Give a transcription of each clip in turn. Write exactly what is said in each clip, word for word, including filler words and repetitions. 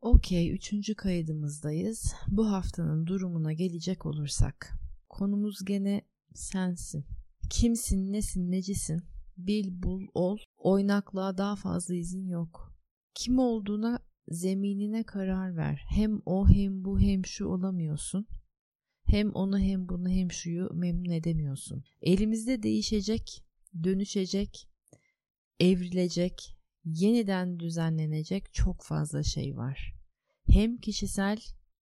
Okey, üçüncü kaydımızdayız. Bu haftanın durumuna gelecek olursak, konumuz gene sensin. Kimsin, nesin, necisin? Bil, bul, ol. Oynaklığa daha fazla izin yok. Kim olduğuna, zeminine karar ver. Hem o, hem bu, hem şu olamıyorsun. Hem onu, hem bunu, hem şuyu memnun edemiyorsun. Elimizde değişecek, dönüşecek, evrilecek, yeniden düzenlenecek çok fazla şey var. Hem kişisel,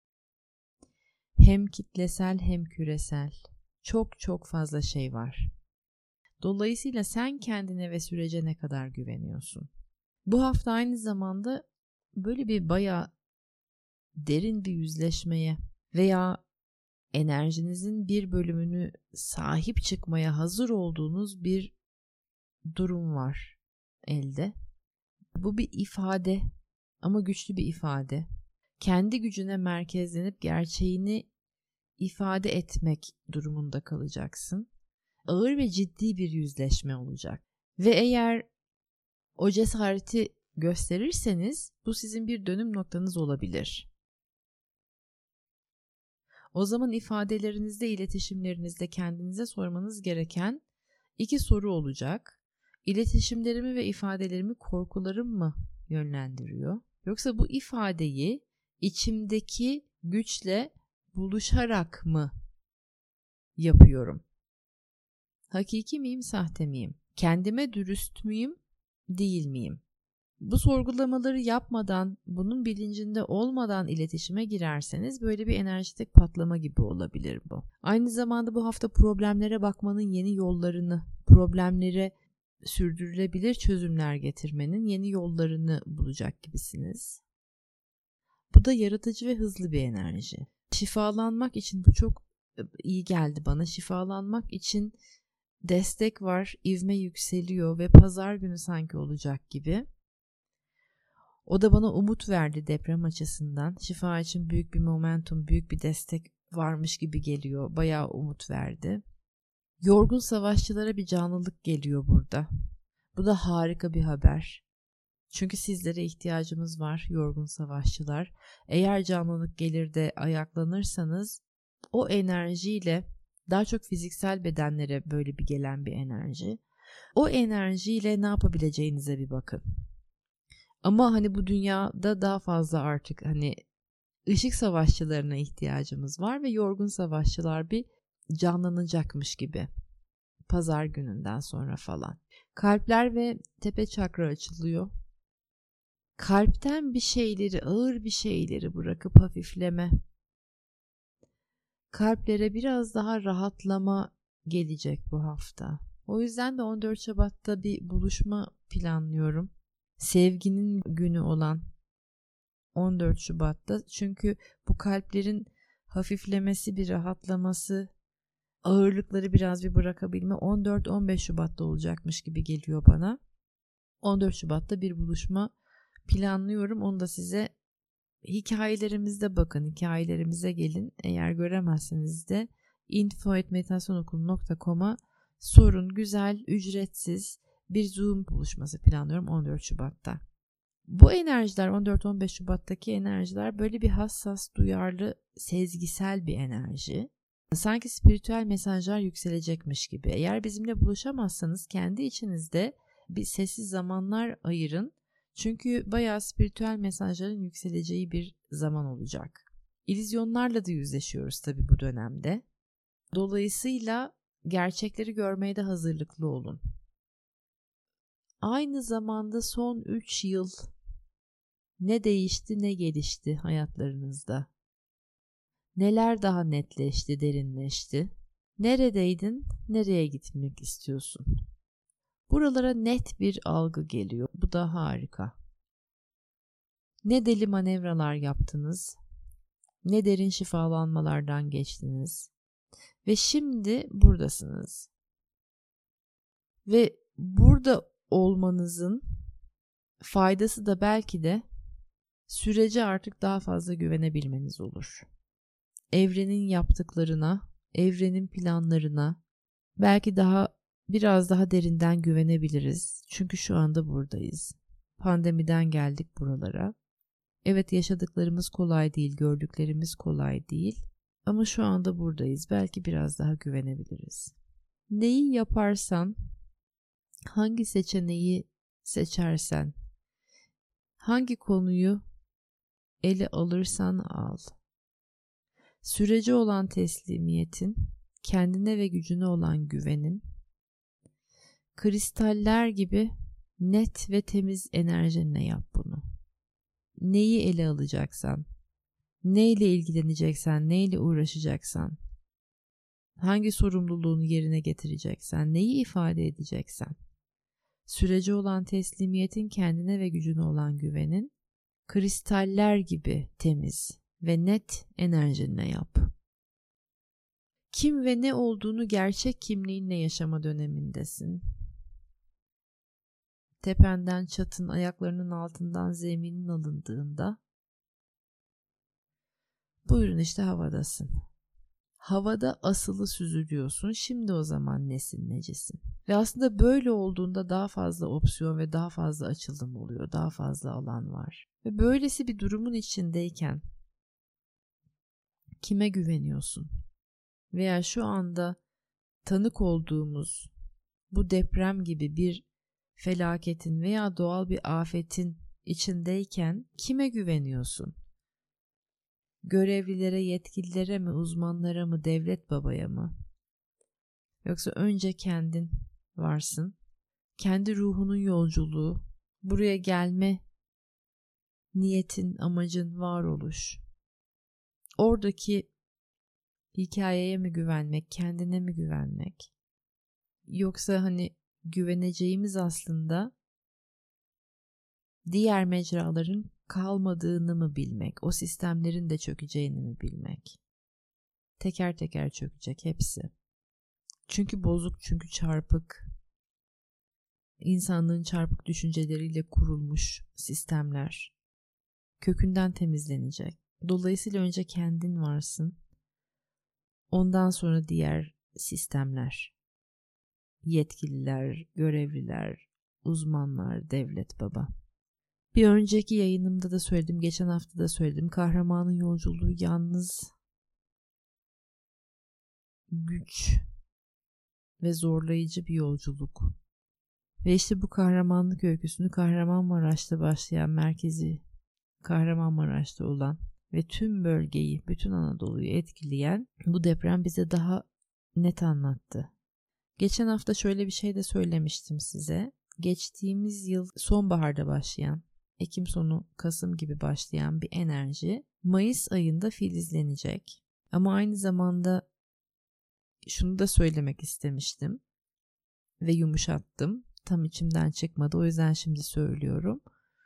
hem kitlesel, hem küresel. Çok çok fazla şey var. Dolayısıyla sen kendine ve sürece ne kadar güveniyorsun? Bu hafta aynı zamanda böyle bir bayağı derin bir yüzleşmeye veya enerjinizin bir bölümünü sahip çıkmaya hazır olduğunuz bir durum var elde. Bu bir ifade ama güçlü bir ifade. Kendi gücüne merkezlenip gerçeğini ifade etmek durumunda kalacaksın. Ağır ve ciddi bir yüzleşme olacak. Ve eğer o cesareti gösterirseniz bu sizin bir dönüm noktanız olabilir. O zaman ifadelerinizde, iletişimlerinizde kendinize sormanız gereken iki soru olacak. İletişimlerimi ve ifadelerimi korkularım mı yönlendiriyor? Yoksa bu ifadeyi içimdeki güçle buluşarak mı yapıyorum? Hakiki miyim, sahte miyim? Kendime dürüst müyüm, değil miyim? Bu sorgulamaları yapmadan, bunun bilincinde olmadan iletişime girerseniz böyle bir enerjitik patlama gibi olabilir bu. Aynı zamanda bu hafta problemlere bakmanın yeni yollarını, problemlere sürdürülebilir çözümler getirmenin yeni yollarını bulacak gibisiniz. Bu da yaratıcı ve hızlı bir enerji. Şifalanmak için bu çok iyi geldi bana. Şifalanmak için destek var, ivme yükseliyor ve pazar günü sanki olacak gibi. O da bana umut verdi deprem açısından. Şifa için büyük bir momentum, büyük bir destek varmış gibi geliyor. Bayağı umut verdi. Yorgun savaşçılara bir canlılık geliyor burada. Bu da harika bir haber. Çünkü sizlere ihtiyacımız var yorgun savaşçılar. Eğer canlılık gelir de ayaklanırsanız o enerjiyle, daha çok fiziksel bedenlere böyle bir gelen bir enerji. O enerjiyle ne yapabileceğinize bir bakın. Ama hani bu dünyada daha fazla artık hani ışık savaşçılarına ihtiyacımız var ve yorgun savaşçılar bir canlanacakmış gibi. Pazar gününden sonra falan. Kalpler ve tepe çakra açılıyor. Kalpten bir şeyleri, ağır bir şeyleri bırakıp hafifleme. Kalplere biraz daha rahatlama gelecek bu hafta. O yüzden de on dört Şubat'ta bir buluşma planlıyorum. Sevginin günü olan on dört Şubat'ta. Çünkü bu kalplerin hafiflemesi, bir rahatlaması, ağırlıkları biraz bir bırakabilme on dört on beş Şubat'ta olacakmış gibi geliyor bana. on dört Şubat'ta bir buluşma planlıyorum. Onu da size hikayelerimizde bakın, hikayelerimize gelin. Eğer göremezseniz de info at meditasyonokulu nokta com'a sorun. Güzel, ücretsiz bir Zoom buluşması planlıyorum on dört Şubat'ta. Bu enerjiler, on dört on beş Şubat'taki enerjiler böyle bir hassas, duyarlı, sezgisel bir enerji. Sanki spiritüel mesajlar yükselecekmiş gibi. Eğer bizimle buluşamazsanız kendi içinizde bir sessiz zamanlar ayırın. Çünkü bayağı spiritüel mesajların yükseleceği bir zaman olacak. İllüzyonlarla da yüzleşiyoruz tabii bu dönemde. Dolayısıyla gerçekleri görmeye de hazırlıklı olun. Aynı zamanda son üç yıl ne değişti ne gelişti hayatlarınızda? Neler daha netleşti, derinleşti? Neredeydin, nereye gitmek istiyorsun? Buralara net bir algı geliyor. Bu da harika. Ne deli manevralar yaptınız, ne derin şifalanmalardan geçtiniz ve şimdi buradasınız. Ve burada olmanızın faydası da belki de sürece artık daha fazla güvenebilmeniz olur. Evrenin yaptıklarına, evrenin planlarına belki daha biraz daha derinden güvenebiliriz. Çünkü şu anda buradayız. Pandemiden geldik buralara. Evet, yaşadıklarımız kolay değil, gördüklerimiz kolay değil. Ama şu anda buradayız. Belki biraz daha güvenebiliriz. Neyi yaparsan, hangi seçeneği seçersen, hangi konuyu ele alırsan al, sürece olan teslimiyetin, kendine ve gücüne olan güvenin, kristaller gibi net ve temiz enerjinle yap bunu. Neyi ele alacaksan, neyle ilgileneceksen, neyle uğraşacaksan, hangi sorumluluğunu yerine getireceksen, neyi ifade edeceksen, sürece olan teslimiyetin, kendine ve gücüne olan güvenin, kristaller gibi temiz ve net enerjinle yap. Kim ve ne olduğunu gerçek kimliğinle yaşama dönemindesin. Tependen çatın, ayaklarının altından zeminin alındığında, buyurun işte havadasın. Havada asılı süzülüyorsun. Şimdi o zaman nesin, necisin? Ve aslında böyle olduğunda daha fazla opsiyon ve daha fazla açılım oluyor. Daha fazla alan var. Ve böylesi bir durumun içindeyken kime güveniyorsun? Veya şu anda tanık olduğumuz bu deprem gibi bir felaketin veya doğal bir afetin içindeyken kime güveniyorsun? Görevlilere, yetkililere mi, uzmanlara mı, devlet babaya mı? Yoksa önce kendin varsın, kendi ruhunun yolculuğu, buraya gelme niyetin, amacın, varoluş. Oradaki hikayeye mi güvenmek, kendine mi güvenmek? Yoksa hani güveneceğimiz aslında diğer mecraların kalmadığını mı bilmek, o sistemlerin de çökeceğini mi bilmek? Teker teker çökecek hepsi. Çünkü bozuk, çünkü çarpık. İnsanlığın çarpık düşünceleriyle kurulmuş sistemler kökünden temizlenecek. Dolayısıyla önce kendin varsın. Ondan sonra diğer sistemler, yetkililer, görevliler, uzmanlar, devlet baba. Bir önceki yayınımda da söyledim, geçen hafta da söyledim. Kahramanın yolculuğu yalnız, güç ve zorlayıcı bir yolculuk. Ve işte bu kahramanlık öyküsünü Kahramanmaraş'ta başlayan, merkezi Kahramanmaraş'ta olan ve tüm bölgeyi, bütün Anadolu'yu etkileyen bu deprem bize daha net anlattı. Geçen hafta şöyle bir şey de söylemiştim size. Geçtiğimiz yıl sonbaharda başlayan, Ekim sonu Kasım gibi başlayan bir enerji Mayıs ayında filizlenecek. Ama aynı zamanda şunu da söylemek istemiştim ve yumuşattım. Tam içimden çıkmadı, o yüzden şimdi söylüyorum.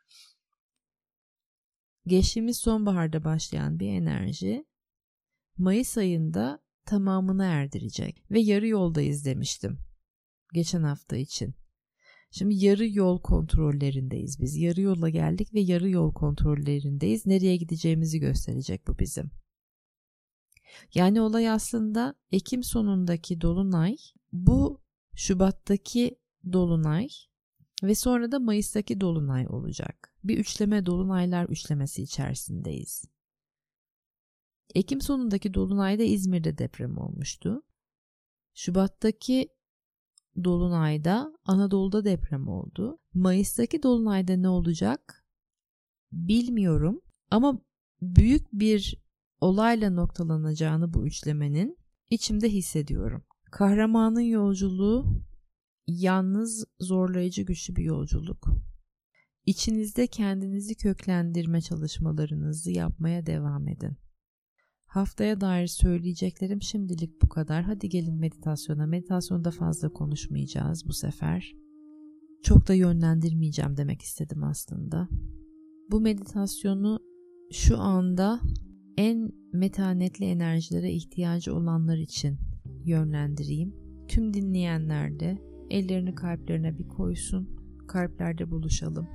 Geçtiğimiz sonbaharda başlayan bir enerji Mayıs ayında tamamını erdirecek ve yarı yoldayız demiştim geçen hafta için. Şimdi yarı yol kontrollerindeyiz biz. Yarı yola geldik ve yarı yol kontrollerindeyiz. Nereye gideceğimizi gösterecek bu bizim. Yani olay aslında Ekim sonundaki dolunay, bu Şubat'taki dolunay ve sonra da Mayıs'taki dolunay olacak. Bir üçleme, dolunaylar üçlemesi içerisindeyiz. Ekim sonundaki dolunayda İzmir'de deprem olmuştu. Şubat'taki dolunayda Anadolu'da deprem oldu. Mayıs'taki dolunayda ne olacak bilmiyorum ama büyük bir olayla noktalanacağını bu üçlemenin içimde hissediyorum. Kahramanın yolculuğu yalnız, zorlayıcı, güçlü bir yolculuk. İçinizde kendinizi köklendirme çalışmalarınızı yapmaya devam edin. Haftaya dair söyleyeceklerim şimdilik bu kadar. Hadi gelin meditasyona. Meditasyonda fazla konuşmayacağız bu sefer. Çok da yönlendirmeyeceğim demek istedim aslında. Bu meditasyonu şu anda en metanetli enerjilere ihtiyacı olanlar için yönlendireyim. Tüm dinleyenler de ellerini kalplerine bir koysun. Kalplerde buluşalım.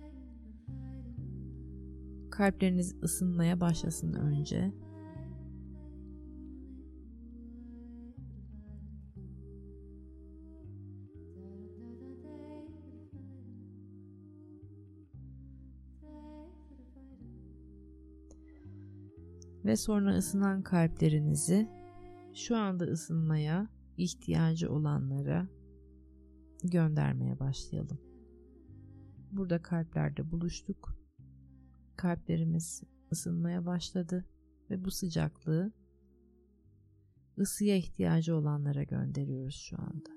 Kalpleriniz ısınmaya başlasın önce. Ve sonra ısınan kalplerinizi şu anda ısınmaya ihtiyacı olanlara göndermeye başlayalım. Burada kalplerde buluştuk. Kalplerimiz ısınmaya başladı ve bu sıcaklığı ısıya ihtiyacı olanlara gönderiyoruz şu anda.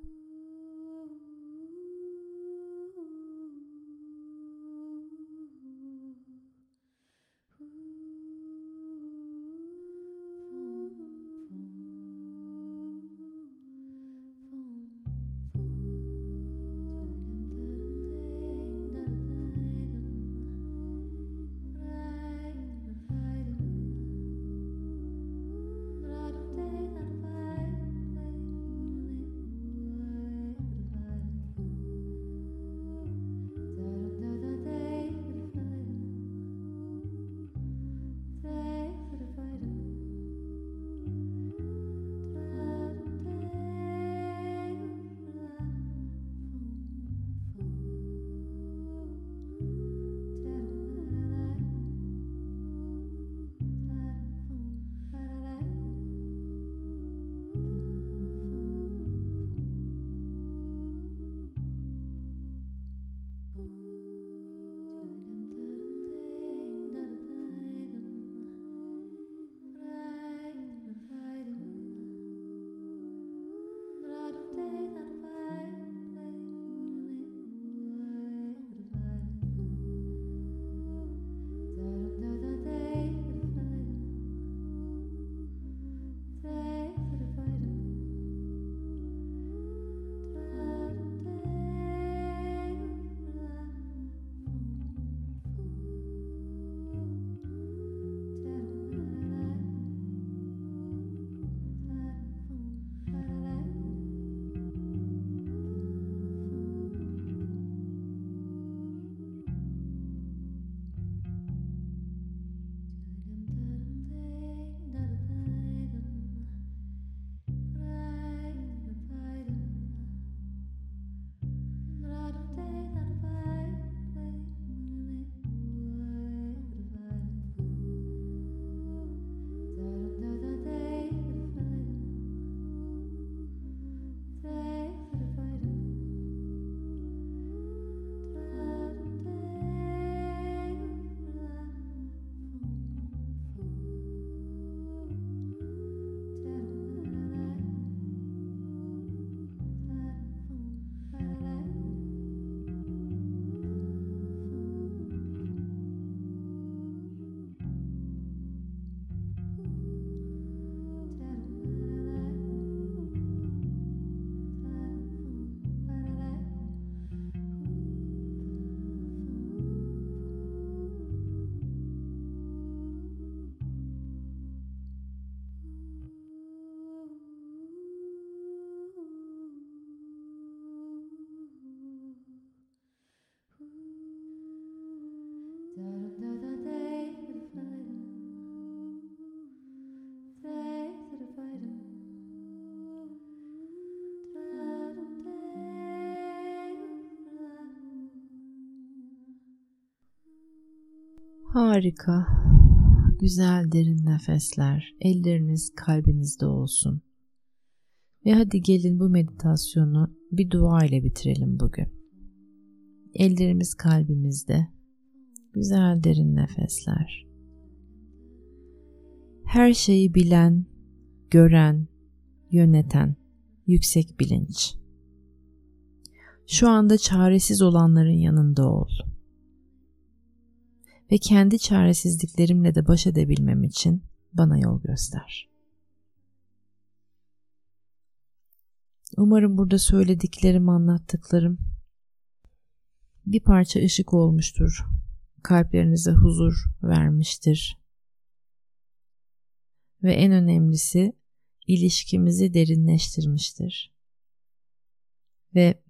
Harika, güzel derin nefesler, elleriniz kalbinizde olsun. Ve hadi gelin bu meditasyonu bir dua ile bitirelim bugün. Ellerimiz kalbimizde, güzel derin nefesler. Her şeyi bilen, gören, yöneten, yüksek bilinç. Şu anda çaresiz olanların yanında ol. Ve kendi çaresizliklerimle de baş edebilmem için bana yol göster. Umarım burada söylediklerim, anlattıklarım bir parça ışık olmuştur. Kalplerinize huzur vermiştir. Ve en önemlisi ilişkimizi derinleştirmiştir. Ve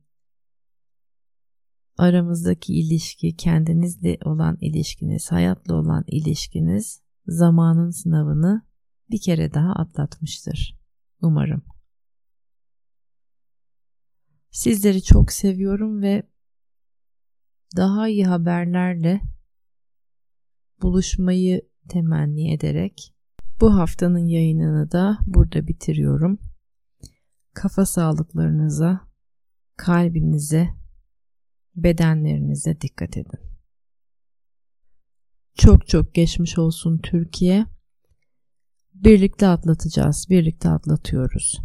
aramızdaki ilişki, kendinizle olan ilişkiniz, hayatla olan ilişkiniz zamanın sınavını bir kere daha atlatmıştır. Umarım. Sizleri çok seviyorum ve daha iyi haberlerle buluşmayı temenni ederek Bu haftanın yayınını da burada bitiriyorum. Kafa sağlıklarınıza, kalbinize, bedenlerinize dikkat edin. Çok çok geçmiş olsun Türkiye. Birlikte atlatacağız, birlikte atlatıyoruz.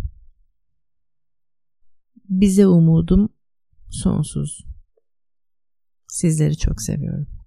Bize umudum sonsuz. Sizleri çok seviyorum.